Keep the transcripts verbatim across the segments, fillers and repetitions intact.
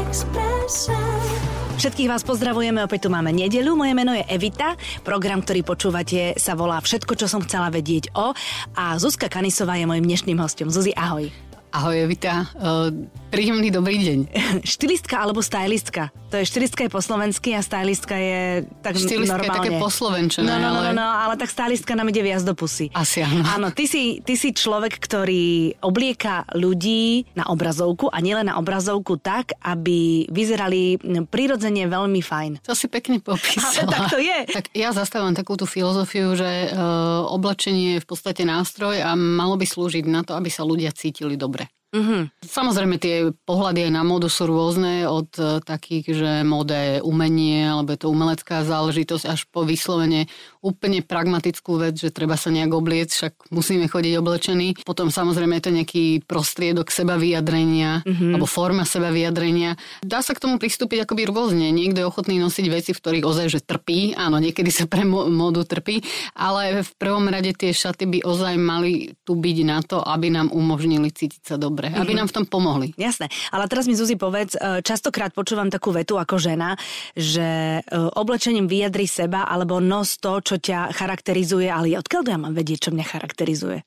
Expresse. Všetkých vás pozdravujeme, opäť tu máme nedeľu. Moje meno je Evita. Program, ktorý počúvate, sa volá Všetko, čo som chcela vedieť o. A Zuzka Kanisová je mojím dnešným hostom. Zuzi, ahoj. Ahoj, Evita. Uh, príjemný dobrý deň. Štilistka alebo stylistka? To je štilistka je po slovensky a stylistka je tak štilistka normálne. Štilistka je také poslovenčené. No, no, no, ale... no, no, ale tak stylistka nám ide viac do pusy. Asi áno. Áno, ty si, ty si človek, ktorý oblieka ľudí na obrazovku a nielen na obrazovku tak, aby vyzerali prirodzene veľmi fajn. To si pekne popísala. Ale tak to je. Tak ja zastávam takúto filozofiu, že uh, oblečenie je v podstate nástroj a malo by slúžiť na to, aby sa ľudia cítili dobre. Mm-hmm. Samozrejme tie pohľady aj na módu sú rôzne, od uh, takých, že móda je umenie alebo je to umelecká záležitosť až po vyslovene úplne pragmatickú vec, že treba sa nejak obliec, však musíme chodiť oblečení. Potom samozrejme je to nejaký prostriedok seba vyjadrenia mm-hmm. alebo forma seba vyjadrenia. Dá sa k tomu pristúpiť akoby rôzne. Niekto je ochotný nosiť veci, v ktorých ozaj že trpí. Áno, niekedy sa pre módu trpí, ale v prvom rade tie šaty by ozaj mali tu byť na to, aby nám umožnili cítiť sa dobre. Aby nám v tom pomohli. Jasné. Ale teraz mi, Zuzi, povedz, častokrát počúvam takú vetu ako žena, že oblečením vyjadri seba alebo nos to, čo ťa charakterizuje, ale odkiaľ ja mám vedieť, čo mňa charakterizuje?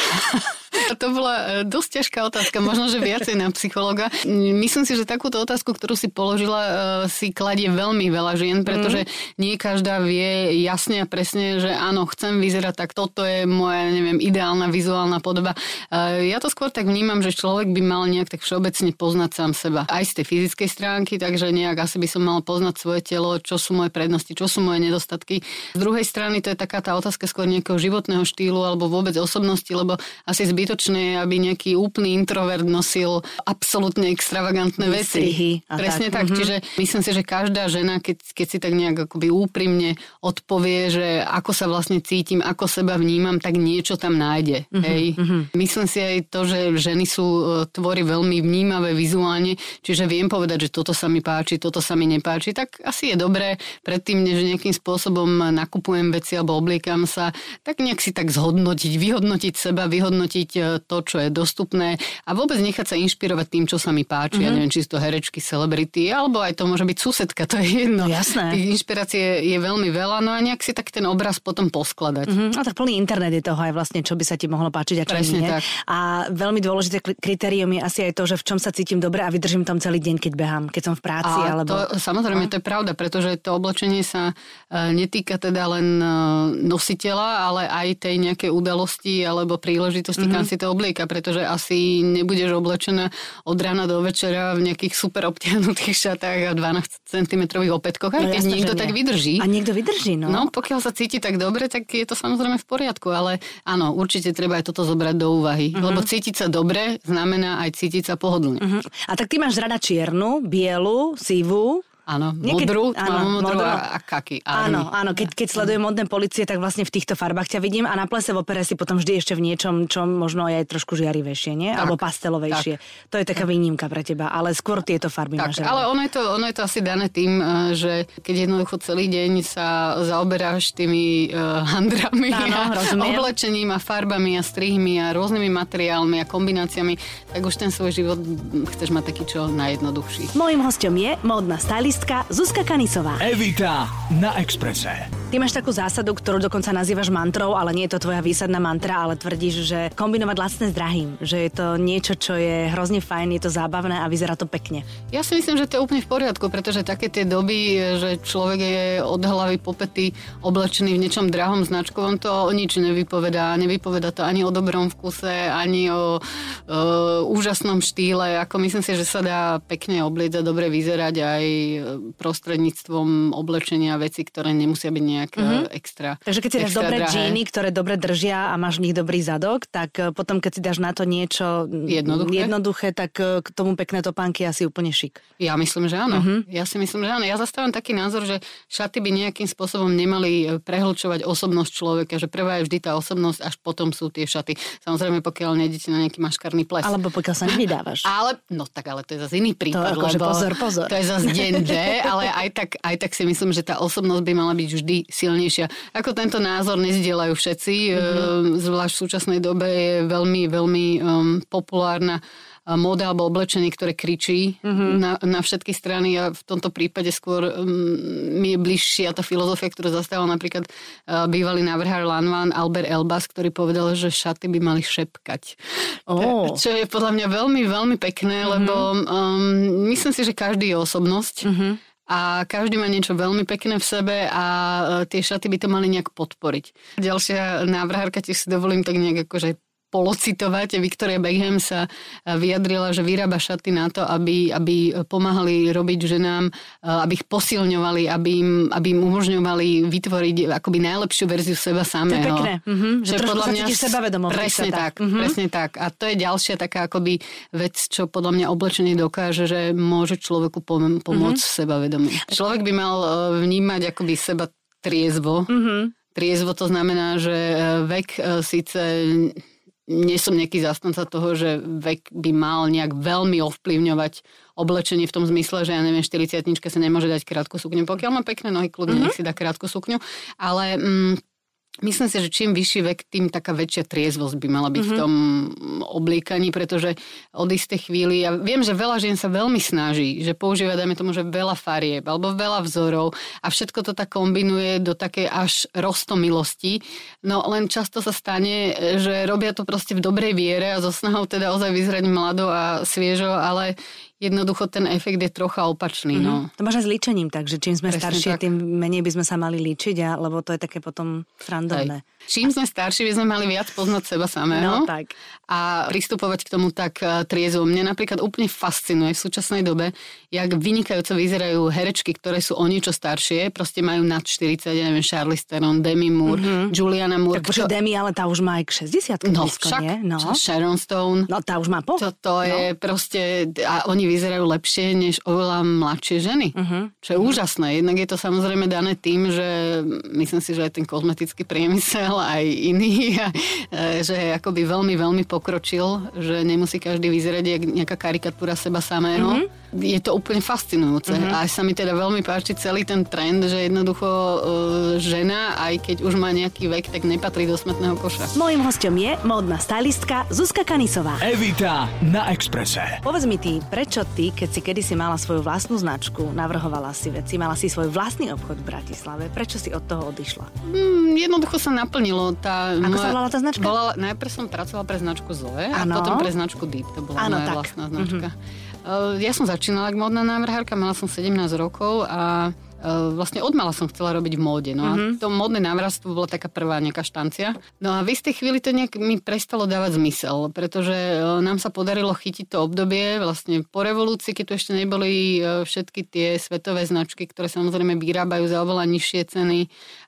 To bola dosť ťažká otázka, možno, že viacej na psychologa. Myslím si, že takúto otázku, ktorú si položila, si kladie veľmi veľa žien, pretože nie každá vie jasne a presne, že áno, chcem vyzerať tak, toto je moja, neviem, ideálna vizuálna podoba. Ja to skôr tak vnímam, že človek by mal nejak tak všeobecne poznať sám seba. Aj z tej fyzickej stránky, takže nejak asi by som mal poznať svoje telo, čo sú moje prednosti, čo sú moje nedostatky. Z druhej strany to je taká tá otázka skôr nejakého životného štýlu alebo vôbec osobnosti, lebo asi zbytočné, aby nejaký úplný introvert nosil absolútne extravagantné veci. Presne tak. tak. Mm-hmm. Čiže myslím si, že každá žena, keď, keď si tak nejak akoby úprimne odpovie, že ako sa vlastne cítim, ako seba vnímam, tak niečo tam nájde. Mm-hmm. Hej. Mm-hmm. Myslím si aj to, že ženy sú tvory veľmi vnímavé vizuálne, čiže viem povedať, že toto sa mi páči, toto sa mi nepáči, tak asi je dobré predtým, než nejakým spôsobom nakupujem veci alebo obliekam sa, tak nejak si tak zhodnotiť, vyhodnotiť seba, vyhodnotiť to, čo je dostupné a vôbec nechať sa inšpirovať tým, čo sa mi páči. Mm-hmm. Ja neviem, či sú to herečky, celebrity, alebo aj to môže byť susedka, to je jedno. No, jasné. Tých inšpirácie je veľmi veľa, no a nejak si tak ten obraz potom poskladať. Mm-hmm. A tak plný internet je toho aj vlastne, čo by sa ti mohlo páčiť a čo Presne nie. Tak. A veľmi dôležité kritérium je asi aj to, že v čom sa cítim dobre a vydržím tam celý deň, keď behám, keď som v práci. A alebo... to, samozrejme, to je pravda, pretože to oblečenie sa netýka teda len nositeľa, ale aj tej nejakej udalosti alebo príležitosti, mm-hmm. kam si to oblieka, pretože asi nebudeš oblečená od rána do večera v nejakých super obtiahnutých šatách a dvanásť centimetrových opätkoch, aj no, keď niekto tak vydrží. A niekto vydrží, no. No, pokiaľ sa cíti tak dobre, tak je to samozrejme v poriadku, ale áno, určite treba aj toto zobrať do úvahy, uh-huh. lebo cítiť sa dobre znamená aj cítiť sa pohodlne. Uh-huh. A tak ty máš rada čiernu, bielu, sivú. Áno, Niekedy, modrú, áno, modrú a, a kaky. Áno, áno, keď, keď sledujem modné policie, tak vlastne v týchto farbách ťa vidím a na plese v opere si potom vždy ešte v niečom, čo možno je trošku žiarivejšie, nie? Tak, alebo pastelovejšie. Tak. To je taká výnimka pre teba, ale skôr tieto farby tak, máš. Ale ono je, to, ono je to asi dané tým, že keď jednoducho celý deň sa zaoberáš tými uh, handrami áno, a rozumiem. oblečením a farbami a strihmi a rôznymi materiálmi a kombináciami, tak už ten svoj život chceš mať taký čo najjednoduchší. Mojím hosťom je módna stylistka Zuzka Kanisová. Evita na Expresse. Ty máš takú zásadu, ktorú dokonca nazývaš mantrou, ale nie je to tvoja výsadná mantra, ale tvrdíš, že kombinovať lacné s drahým, že je to niečo, čo je hrozne fajn, je to zábavné a vyzerá to pekne. Ja si myslím, že to je úplne v poriadku, pretože také tie doby, že človek je od hlavy po pety oblečený v niečom drahom značkovom, to o nič nevypovedá. Nevypovedá to ani o dobrom vkuse, ani o, o úžasnom štýle. Ako myslím si, že sa dá pekne obliecť a dobre vyzerať aj prostredníctvom oblečenia veci, ktoré nemusia byť nejak mm-hmm. extra. Takže keď si dáš dobré džíny, ktoré dobre držia a máš v nich dobrý zadok, tak potom keď si dáš na to niečo jednoduché, jednoduché tak k tomu pekné topánky asi úplne šik. Ja myslím, že áno. Mm-hmm. Ja si myslím, že áno. Ja zastávam taký názor, že šaty by nejakým spôsobom nemali prehlčovať osobnosť človeka, že prvá je vždy tá osobnosť, až potom sú tie šaty. Samozrejme, pokiaľ nejdete na nejaký maškarný ples. Alebo pokiaľ sa nevydávaš. Ale, no tak, ale to je zase iný prípad, to, lebo pozor, pozor. To je zase deň, ale aj tak, aj tak si myslím, že tá osobnosť by mala byť vždy silnejšia. Ako tento názor nezdieľajú všetci, mm-hmm. zvlášť v súčasnej dobe je veľmi, veľmi um, populárna móda alebo oblečenie, ktoré kričí mm-hmm. na, na všetky strany a v tomto prípade skôr um, mi je bližšia tá filozofia, ktorú zastával napríklad uh, bývalý návrhár Lanvin Albert Elbas, ktorý povedal, že šaty by mali šepkať. Oh. Čo je podľa mňa veľmi, veľmi pekné, mm-hmm. lebo um, myslím si, že každý je osobnosť. Mm-hmm. A každý má niečo veľmi pekné v sebe a tie šaty by to mali nejak podporiť. Ďalšia návrhárka, tiež si dovolím tak nejak akože polocitovať. Victoria Beckham sa vyjadrila, že vyrába šaty na to, aby, aby pomáhali robiť ženám, aby ich posilňovali, aby im, aby im umožňovali vytvoriť akoby najlepšiu verziu seba samého. To je pekné. Mhm. Že trošku sa cítiš sebavedomo. Presne tak, mhm. presne tak. A to je ďalšia taká akoby vec, čo podľa mňa oblečenie dokáže, že môže človeku pom- pomôcť mhm. sebavedomie. Človek by mal vnímať akoby seba triezvo. Mhm. Triezvo to znamená, že vek síce nie som nejaký zastanca toho, že vek by mal nejak veľmi ovplyvňovať oblečenie v tom zmysle, že ja neviem, štyridsiatnička sa nemôže dať krátku sukňu. Pokiaľ má pekné nohy, kľudne mm-hmm. nech si dá krátku sukňu. Ale mm, myslím si, že čím vyšší vek, tým taká väčšia triezvosť by mala byť mm-hmm. v tom oblíkaní, pretože od istej chvíli, ja viem, že veľa žien sa veľmi snaží, že používa, dajme tomu, že veľa farieb alebo veľa vzorov a všetko to tak kombinuje do takej až roztomilosti. No len často sa stane, že robia to proste v dobrej viere a so snahou teda ozaj vyzerať mlado a sviežo, ale jednoducho ten efekt je trocha opačný. Mm-hmm. No. To máš aj s líčením, takže čím sme Presne staršie, tak. tým menej by sme sa mali líčiť, a, lebo to je také potom srandovné. Aj. Čím sme starší, by sme mali viac poznať seba samého no, tak. a pristupovať k tomu tak triezvo. Mne napríklad úplne fascinuje v súčasnej dobe, jak vynikajúco vyzerajú herečky, ktoré sú o niečo staršie, proste majú nad štyridsať, ja neviem, Charlize Theron, Demi Moore, mm-hmm. Juliana Moore. Tak počuť, čo... Demi, ale tá už má aj k šesťdesiatke no, blízko, však, nie? No, Sharon Stone. No, tá už má po. To, to no. je proste, a oni vyzerajú lepšie než oveľa mladšie ženy. Uh-huh. Čo je uh-huh. úžasné. Jednak je to samozrejme dané tým, že myslím si, že aj ten kozmetický priemysel, aj iný, a, že akoby veľmi, veľmi pokročil, že nemusí každý vyzerať jak nejaká karikatúra seba samého. Uh-huh. Je to úplne fascinujúce. Uh-huh. A sa mi teda veľmi páči celý ten trend, že jednoducho uh, žena, aj keď už má nejaký vek, tak nepatrí do smetného koša. Mojím hosťom je módna stylistka Zuzka Kanisová. Evita na Expresse. Povedz mi ty, prečo ty, keď si kedysi mala svoju vlastnú značku, navrhovala si veci, mala si svoj vlastný obchod v Bratislave, prečo si od toho odišla? Mm, jednoducho sa naplnilo tá... Ako moja, sa volala tá značka? Volala, najprv som pracovala pre značku Zoe a ano. potom pre značku Deep, to bola ano, moja tak. vlastná značka. Mm-hmm. Uh, ja som začínala ako módna návrhárka, mala som sedemnásť rokov a Uh, vlastne odmala som chcela robiť v móde. No mm-hmm. a to módne návrhatstvo bola taká prvá nejaká štancia. No a v istej chvíli to nejak mi prestalo dávať zmysel, pretože uh, nám sa podarilo chytiť to obdobie vlastne po revolúcii, keď tu ešte neboli uh, všetky tie svetové značky, ktoré samozrejme vyrábajú za oveľa nižšie ceny,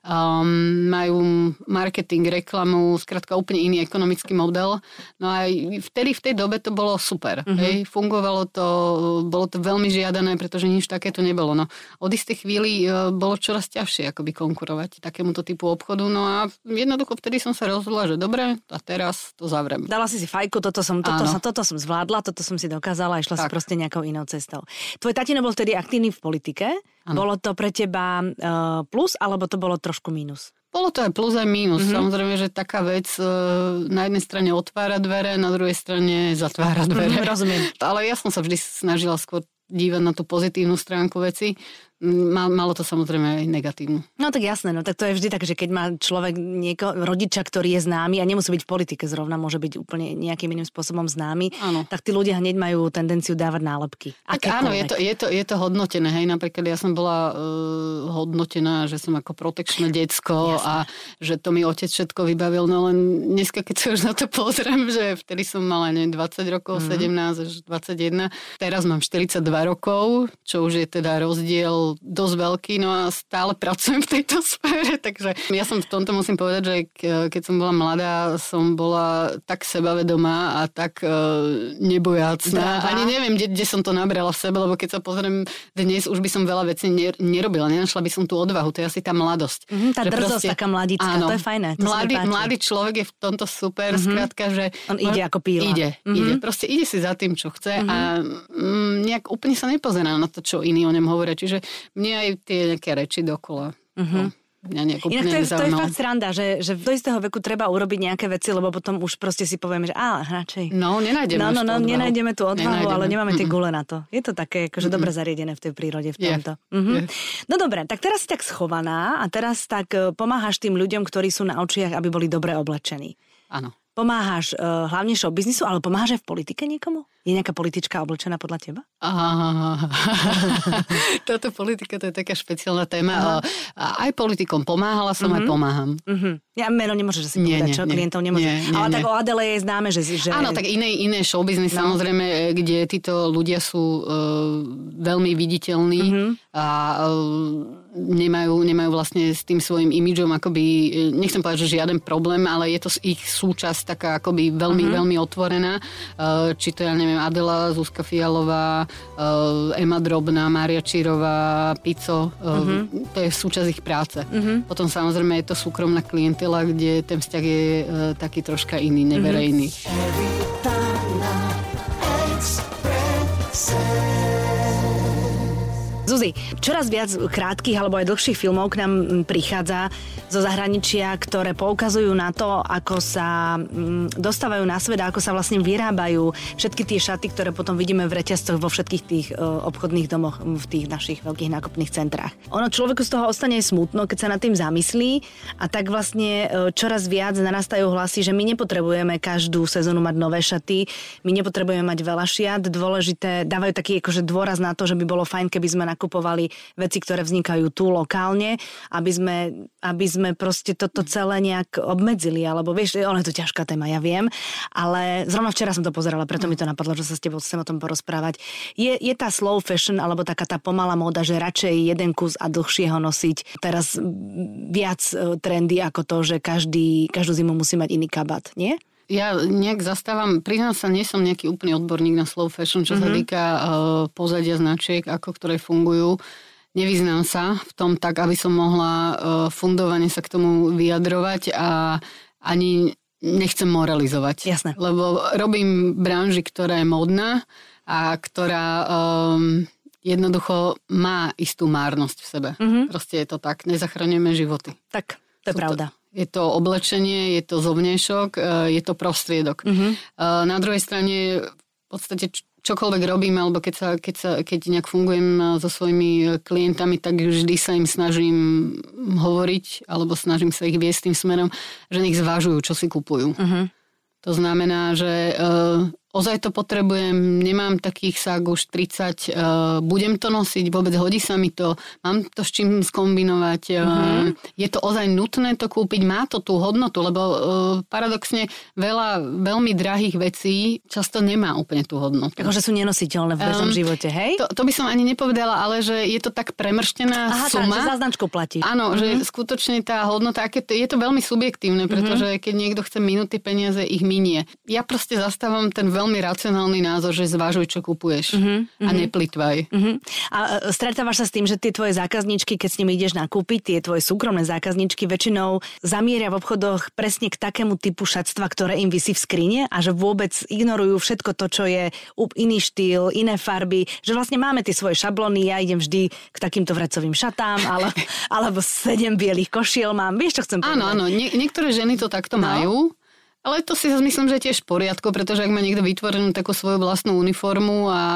um, majú marketing, reklamu, skrátka úplne iný ekonomický model. No a vtedy v tej dobe to bolo super. Mm-hmm. Hej? Fungovalo to, bolo to veľmi žiadané, pretože nič takéto nebolo. No od istej chvíli bolo čoraz ťažšie akoby konkurovať takémuto typu obchodu. No a jednoducho vtedy som sa rozhodla, že dobre, a teraz to zavriem. Dala si si fajku, toto som, toto som, toto som zvládla, toto som si dokázala a išla tak. si proste nejakou inou cestou. Tvoj tatino bol vtedy aktívny v politike. Ano. Bolo to pre teba uh, plus, alebo to bolo trošku mínus? Bolo to aj plus, aj mínus. Mm-hmm. Samozrejme, že taká vec uh, na jednej strane otvára dvere, na druhej strane zatvára dvere. Mm-hmm, rozumiem. Ale ja som sa vždy snažila skôr dívať na tú pozitívnu stránku veci. Malo to samozrejme aj negatívnu. No tak jasné, no tak to je vždy tak, že keď má človek nieko, rodiča, ktorý je známy a nemusí byť v politike zrovna, môže byť úplne nejakým iným spôsobom známy, ano. tak tí ľudia hneď majú tendenciu dávať nálepky. Tak áno, je to, je, to, je to hodnotené. Hej, napríklad ja som bola uh, hodnotená, že som ako protekčné decko a že to mi otec všetko vybavil, no len dneska, keď sa už na to pozriem, že vtedy som mala neviem, dvadsať rokov, mm. sedemnásť až dvadsaťjeden, teraz mám štyridsaťdva rokov, čo už je teda rozdiel dosť veľký, no a stále pracujem v tejto sfére, takže ja som v tomto musím povedať, že keď som bola mladá, som bola tak sebavedomá a tak uh, nebojácná. Dráva. Ani neviem, kde, kde som to nabrala v sebe, lebo keď sa pozriem dnes, už by som veľa vecí nerobila, nenašla by som tú odvahu, to je asi tá mladosť. Mm-hmm, tá drzosť, proste, taká mladická, áno, to je fajné. To mladý, mladý človek je v tomto super, mm-hmm. skrátka, že... On ide ako píla. Ide, mm-hmm. ide. Proste ide si za tým, čo chce mm-hmm. a mm, nejak úplne sa nepozerá na to, čo iní o ňom hovoria. Čiže mne aj tie nejaké reči dokola. Uh-huh. mňa nejak úplne Inak to je, to je nezaujímalo. fakt sranda, že, že do istého veku treba urobiť nejaké veci, lebo potom už proste si povieme, že á, radšej. No, nenájdeme No, no, no, tú nenájdeme tú odvahu, nenájdeme. ale nemáme tie Mm-mm. gule na to. Je to také akože dobre zariadené v tej prírode v tomto. Je, Mhm. je. No dobre, tak teraz si tak schovaná a teraz tak e, pomáhaš tým ľuďom, ktorí sú na očiach, aby boli dobre oblečení. Áno. Pomáhaš uh, hlavne show biznisu, ale pomáhaš aj v politike niekomu? Je nejaká politička oblečená podľa teba? Aha. Táto politika, to je taká špeciálna téma. A aj politikom pomáhala som, mm-hmm. aj pomáham. Uh-huh. Ja meno nemôžeš asi Nie, povedať, nie, čo? nie. Klientov nemôže. Nie, nie, ale nie. tak o Adele je známe, že... že... Áno, tak iné, iné showbiznis, No. no. samozrejme, kde títo ľudia sú uh, veľmi viditeľní Mhm. a uh, nemajú, nemajú vlastne s tým svojim imidžom akoby, nechcem povedať, že žiaden problém, ale je to ich súčasť taká akoby veľmi, Mhm. veľmi otvorená. Uh, či to, ja neviem, Adela, Zuzka Fialová, uh, Ema Drobná, Mária Čírová, Pico, uh, Mhm. to je súčasť ich práce. Mhm. Potom samozrejme je to súkromná klientela, kde ten vzťah je uh, taký troška iný, neverejný. Zuzi, čoraz viac krátkych alebo aj dlhších filmov k nám prichádza zo zahraničia, ktoré poukazujú na to, ako sa dostávajú na svet a ako sa vlastne vyrábajú všetky tie šaty, ktoré potom vidíme v reťazcoch vo všetkých tých obchodných domoch v tých našich veľkých nákupných centrách. Ono človeku z toho ostane smutno, keď sa nad tým zamyslí a tak vlastne čoraz viac narastajú hlasy, že my nepotrebujeme každú sezónu mať nové šaty, my nepotrebujeme mať veľa šiat, dôležité, dávajú taký akože dôraz na to, že by bolo fajn, keby sme nakupovali veci, ktoré vznikajú tu lokálne, aby sme, aby sme proste toto celé nejak obmedzili, alebo vieš, ono je to ťažká téma, ja viem, ale zrovna včera som to pozerala, preto mi to napadlo, že sa s tebou chcem o tom porozprávať. Je, je tá slow fashion, alebo taká tá pomalá móda, že radšej jeden kus a dlhšie ho nosiť. Teraz viac trendy ako to, že každý, každú zimu musí mať iný kabát, nie? Ja nejak zastávam, priznám sa, nie som nejaký úplný odborník na slow fashion, čo mm-hmm. sa týka uh, pozadia značiek, ako ktoré fungujú. Nevyznám sa v tom tak, aby som mohla uh, fundovane sa k tomu vyjadrovať a ani nechcem moralizovať. Jasné. Lebo robím branži, ktorá je módna a ktorá um, jednoducho má istú márnosť v sebe. Mm-hmm. Proste je to tak, nezachraňujeme životy. Tak, to je pravda. To, je to oblečenie, je to zovňajšok, je to prostriedok. Mm-hmm. Na druhej strane v podstate čokoľvek robím, alebo keď, sa, keď, sa, keď nejak fungujem so svojimi klientami, tak vždy sa im snažím hovoriť, alebo snažím sa ich viesť tým smerom, že nech zvažujú, čo si kupujú. Mm-hmm. To znamená, že uh, ozaj to potrebujem, nemám takých sák už tridsať, uh, budem to nosiť, vôbec hodí sa mi to, mám to s čím skombinovať, uh, mm-hmm. je to ozaj nutné to kúpiť, má to tú hodnotu, lebo uh, paradoxne veľa veľmi drahých vecí často nemá úplne tú hodnotu. Akože sú nenositeľné v bežnom um, živote, hej? To, to by som ani nepovedala, ale že je to tak premrštená Aha, suma. Aha, že za značku platí. Áno, mm-hmm. že skutočne tá hodnota, aké to, je to veľmi subjektívne, pretože mm-hmm. keď niekto chce minúty peniaze, ich minie. Ja proste zastávam ten veľmi racionálny názor, že zvážuj, čo kupuješ mm-hmm. a neplitvaj. Mm-hmm. A stretávaš sa s tým, že tie tvoje zákazničky, keď s nimi ideš nakúpiť, tie tvoje súkromné zákazničky väčšinou zamieria v obchodoch presne k takému typu šatstva, ktoré im visí v skrine a že vôbec ignorujú všetko to, čo je iný štýl, iné farby, že vlastne máme tie svoje šablóny, ja idem vždy k takýmto vracovým šatám, ale, alebo sedem bielých košiel mám, vieš, čo chcem povedať? Áno, áno, Nie, niektoré ženy to takto no. majú. Ale to si myslím, že je tiež v poriadku, pretože ak má niekto vytvorenú takú svoju vlastnú uniformu a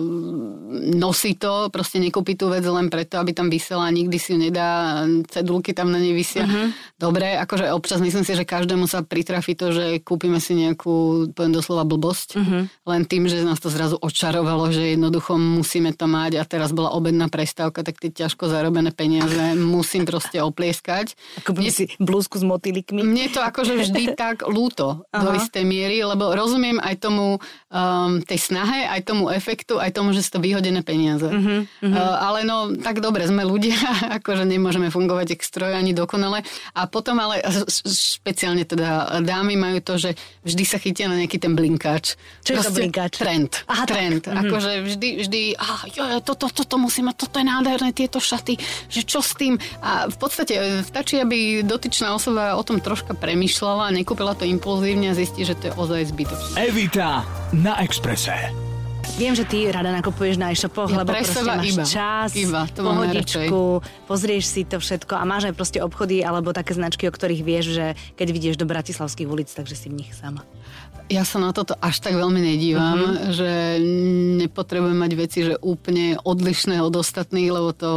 nosí to, proste nekúpi tú vec len preto, aby tam visela, nikdy si ju nedá, cedulky tam na nej visia. Uh-huh. Dobre, akože občas myslím si, že každému sa pritrafi to, že kúpime si nejakú, poviem doslova blbosť, uh-huh. len tým, že nás to zrazu očarovalo, že jednoducho musíme to mať a teraz bola obedná prestávka, tak tie ťažko zarobené peniaze musím proste oplieskať. Ako by si blúzku s motýlikmi. Mne to akože vždy tak ľúto do istej miery, lebo rozumiem aj tomu um, tej snahe, aj tomu efektu, aj tomu, že sú to vyhodené peniaze. Uh-huh, uh-huh. Uh, ale no, tak dobre, sme ľudia, akože nemôžeme fungovať jak stroj ani dokonale. A potom ale špeciálne teda dámy majú to, že vždy sa chytia na nejaký ten blinkáč. Čo je to blinkáč? Trend. Aha, trend. Tak. Akože vždy, vždy, ah, jo, toto, toto musíme, toto je nádherné, tieto šaty, že čo s tým? A v podstate stačí, aby dotyčná osoba o tom troška premýšľala a nekúpila to impulzívne a zistí, že to je ozaj zbytočné. Evita na Expresse. Viem, že ty rada nakupuješ na e-shopoch, ja lebo proste máš iba. čas, iba. To pohodičku, pozrieš si to všetko a máš aj proste obchody alebo také značky, o ktorých vieš, že keď vidieš do bratislavských ulic, takže si v nich sama. Ja sa na toto až tak veľmi nedívam, uh-huh. že nepotrebujem mať veci, že úplne odlišné od ostatných, lebo to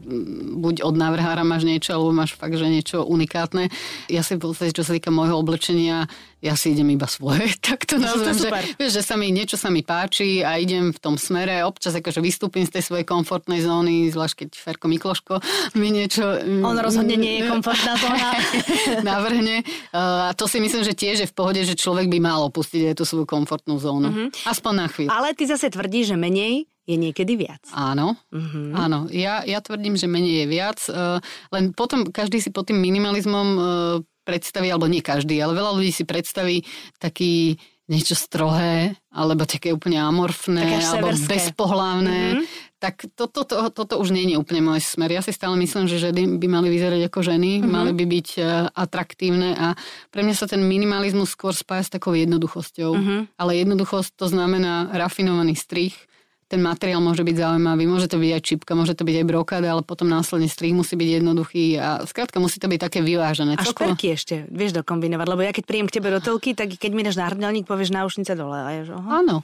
buď od návrhára máš niečo, alebo máš fakt, že niečo unikátne. Ja si v podstate, čo sa týka môjho oblečenia, ja si idem iba svoje, tak to nazvem, že, vieš, že sa mi, niečo sa mi páči a idem v tom smere. Občas akože vystúpim z tej svojej komfortnej zóny, zvlášť keď Ferko Mikloško mi niečo... On rozhodne nie je komfortná zóna. navrhne. A to si myslím, že tiež je v pohode, že človek by mal opustiť aj tú svoju komfortnú zónu. Uh-huh. Aspoň na chvíľu. Ale ty zase tvrdíš, že menej je niekedy viac. Áno, uh-huh. áno. Ja, ja tvrdím, že menej je viac. Len potom každý si pod tým minimalizmom predstaví, alebo nie každý, ale veľa ľudí si predstaví taký niečo strohé, alebo také úplne amorfné, alebo bezpohlavné. Mm-hmm. Tak toto to, to, to, to už nie je úplne môj smer. Ja si stále myslím, že ženy by mali vyzerať ako ženy, mm-hmm. mali by byť uh, atraktívne a pre mňa sa ten minimalizmus skôr spája s takou jednoduchosťou. Mm-hmm. Ale jednoduchosť to znamená rafinovaný strih. Ten materiál môže byť zaujímavý, môže to byť aj čipka, môže to byť aj brokáda, ale potom následne strih musí byť jednoduchý a skrátka musí to byť také vyvážené. A šperky ešte vieš dokombinovať, lebo ja keď príjem k tebe do telky, tak keď mi dáš náhrdelník, povieš náušnice dole. A ja, že, áno.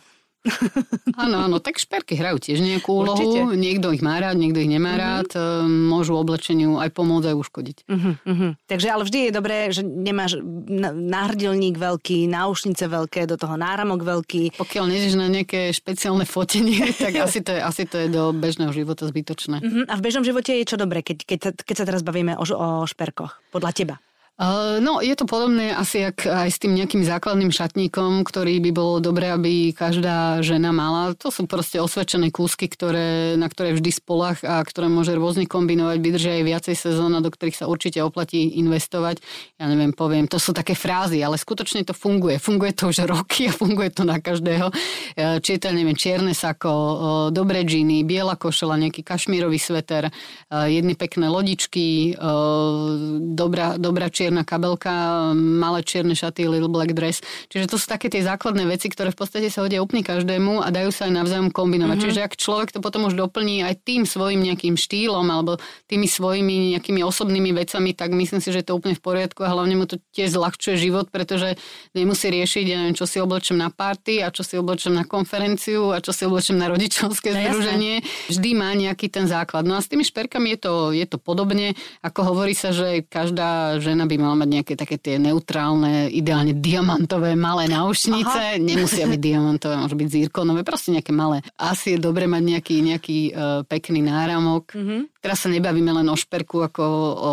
Áno, áno, tak šperky hrajú tiež nejakú úlohu. Určite. Niekto ich má rád, niekto ich nemá mm-hmm. rád. Môžu oblečeniu aj pomôcť, aj uškodiť. Mm-hmm. Takže ale vždy je dobré, že nemáš náhrdelník veľký, náušnice veľké, do toho náramok veľký. Pokiaľ nejdeš na nejaké špeciálne fotenie, tak asi to je, asi to je do bežného života zbytočné. Mm-hmm. A v bežnom živote je čo dobré, keď, keď, keď sa teraz bavíme o, o šperkoch, podľa teba? Uh, no, je to podobné asi jak aj s tým nejakým základným šatníkom, ktorý by bolo dobré, aby každá žena mala. To sú proste osvedčené kúsky, ktoré, na ktoré vždy spolach a ktoré môže rôzne kombinovať, vydržia aj viacej sezón, do ktorých sa určite oplatí investovať. Ja neviem, poviem, to sú také frázy, ale skutočne to funguje. Funguje to už roky a funguje to na každého. Či je to, neviem, čierne sako, dobré džíny, biela košela, nejaký kašmírový sveter, jedny pekné lodičky, dobrá, dobrá čierna kabelka, malé čierne šaty, little black dress. Čiže to sú také tie základné veci, ktoré v podstate sa hodia úplne každému a dajú sa aj navzájom kombinovať. Mm-hmm. Čiže ak človek to potom už doplní aj tým svojim nejakým štýlom alebo tými svojimi nejakými osobnými vecami, tak myslím si, že je to úplne v poriadku a hlavne mu to tiež zľahčuje život, pretože nemusí riešiť, ja neviem, čo si oblečem na party a čo si oblečem na konferenciu a čo si oblečem na rodičovské no, združenie. Jasné. Vždy má nejaký ten základ. No a s tými šperkami je to, je to podobne. Ako hovorí sa, že každá žena by mala mať nejaké také tie neutrálne, ideálne diamantové malé náušnice. Aha. Nemusia byť diamantové, môžu byť zirkonové, proste nejaké malé. Asi je dobre mať nejaký, nejaký uh, pekný náramok. Mm-hmm. Teraz sa nebavíme len o šperku ako o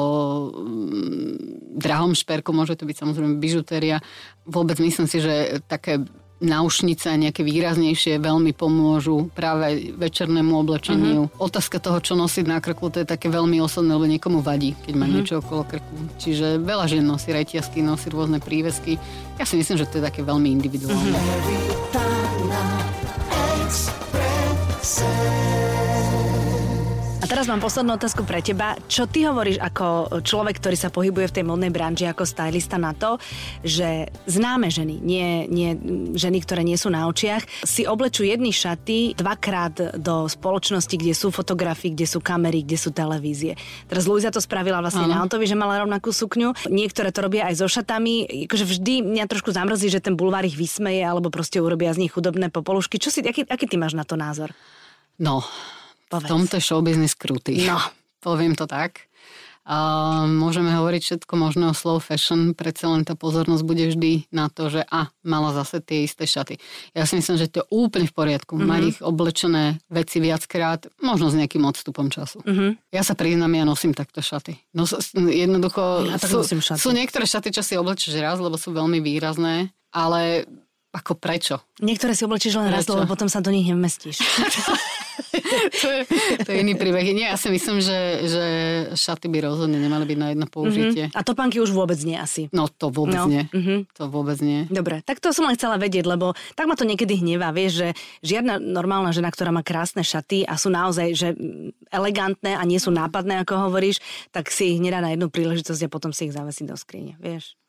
um, drahom šperku, môže to byť samozrejme bižutéria. Vôbec myslím si, že také náušnice a nejaké výraznejšie veľmi pomôžu práve večernému oblečeniu. Uh-huh. Otázka toho, čo nosiť na krku, to je také veľmi osobné, lebo niekomu vadí, keď má uh-huh. niečo okolo krku. Čiže veľa žien nosí reťazky, nosí rôzne prívesky. Ja si myslím, že to je také veľmi individuálne. Uh-huh. A teraz mám poslednú otázku pre teba. Čo ty hovoríš ako človek, ktorý sa pohybuje v tej modnej branži ako stylista na to, že známe ženy, nie, nie ženy, ktoré nie sú na očiach, si oblečú jedny šaty dvakrát do spoločnosti, kde sú fotografie, kde sú kamery, kde sú televízie. Teraz Luisa to spravila vlastne uh-huh. na Antovi, že mala rovnakú sukňu. Niektoré to robia aj so šatami. Akože vždy mňa trošku zamrzí, že ten bulvár ich vysmeje alebo proste urobia z nich chudobné popolušky. Čo si, aký, aký ty máš na to názor? No... Povedz. V tomto je showbiznis krutý. No. Poviem to tak. Uh, môžeme hovoriť všetko možné o slow fashion, predsa len tá pozornosť bude vždy na to, že a, mala zase tie isté šaty. Ja si myslím, že to je úplne v poriadku. Mm-hmm. Mať ich oblečené veci viackrát, možno s nejakým odstupom času. Mm-hmm. Ja sa priznám, ja nosím takto šaty. No, jednoducho ja sú, sú niektoré šaty, čo si oblečíš raz, lebo sú veľmi výrazné, ale ako prečo? Niektoré si oblečíš len prečo? Raz, lebo potom sa do nich nevmestíš. to, je, to je iný príbeh. Nie, ja si myslím, že, že šaty by rozhodne nemali byť na jedno použitie. Mm-hmm. A topánky už vôbec nie asi. No to vôbec no. nie. Mm-hmm. To vôbec nie. Dobre, tak to som len chcela vedieť, lebo tak ma to niekedy hnevá. Vieš, že žiadna normálna žena, ktorá má krásne šaty a sú naozaj že elegantné a nie sú nápadné, ako hovoríš, tak si ich nedá na jednu príležitosť a potom si ich zavesí do skrine, vieš.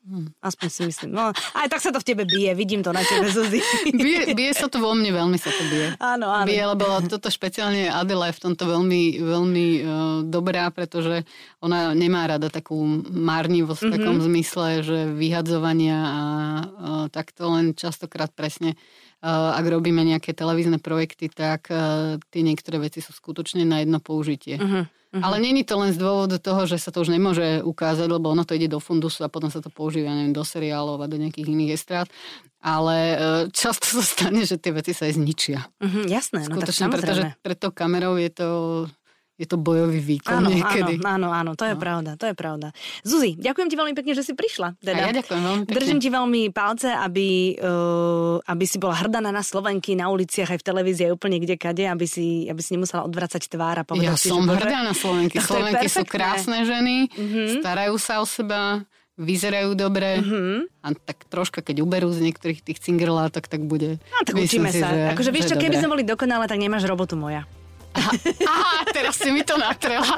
Aspoň si myslím. No, aj tak sa to v tebe bije, vidím to na tebe, Zuzi. Bije, bije sa to vo mne, veľmi sa to bije. Áno, áno. Bije, lebo toto špeciálne Adela je v tomto veľmi, veľmi uh, dobrá, pretože ona nemá rada takú márnivosť v takom mm-hmm. zmysle, že vyhadzovania a uh, takto len častokrát presne uh, ak robíme nejaké televízne projekty, tak uh, tie niektoré veci sú skutočne na jedno použitie. Mm-hmm. Uh-huh. Ale není to len z dôvodu toho, že sa to už nemôže ukázať, lebo ono to ide do fundusu a potom sa to používa, neviem, do seriálov a do nejakých iných estrát. Ale často sa stane, že tie veci sa aj zničia. Uh-huh, jasné, skutočne, no tak samozrejme. Pretože pred tou kamerou je to... Je to bojový výkon áno, niekedy. Áno, áno, áno, to je no. pravda, to je pravda. Zuzi, ďakujem ti veľmi pekne, že si prišla. Teda. A ja ďakujem veľmi pekne. Držím ti veľmi palce, aby, uh, aby si bola hrdaná na Slovenky, na uliciach, aj v televízii, aj úplne kdekade, aby si, aby si nemusela odvracať tvár a povedať ja si, som že hrdá na Slovenky. Slovenky sú krásne ženy, mm-hmm. starajú sa o seba, vyzerajú dobre mm-hmm. a tak troška, keď uberú z niektorých tých cingerlátok, tak bude... No tak učíme si, sa. Že, akože vieš čo, keby dobre. sme boli dokonalé, tak nemáš robotu moja. Aha, aha, teraz si mi to natrela.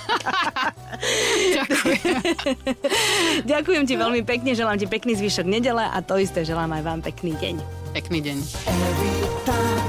Ďakujem. Ďakujem ti veľmi pekne, želám ti pekný zvyšok nedele a to isté želám aj vám pekný deň. Pekný deň.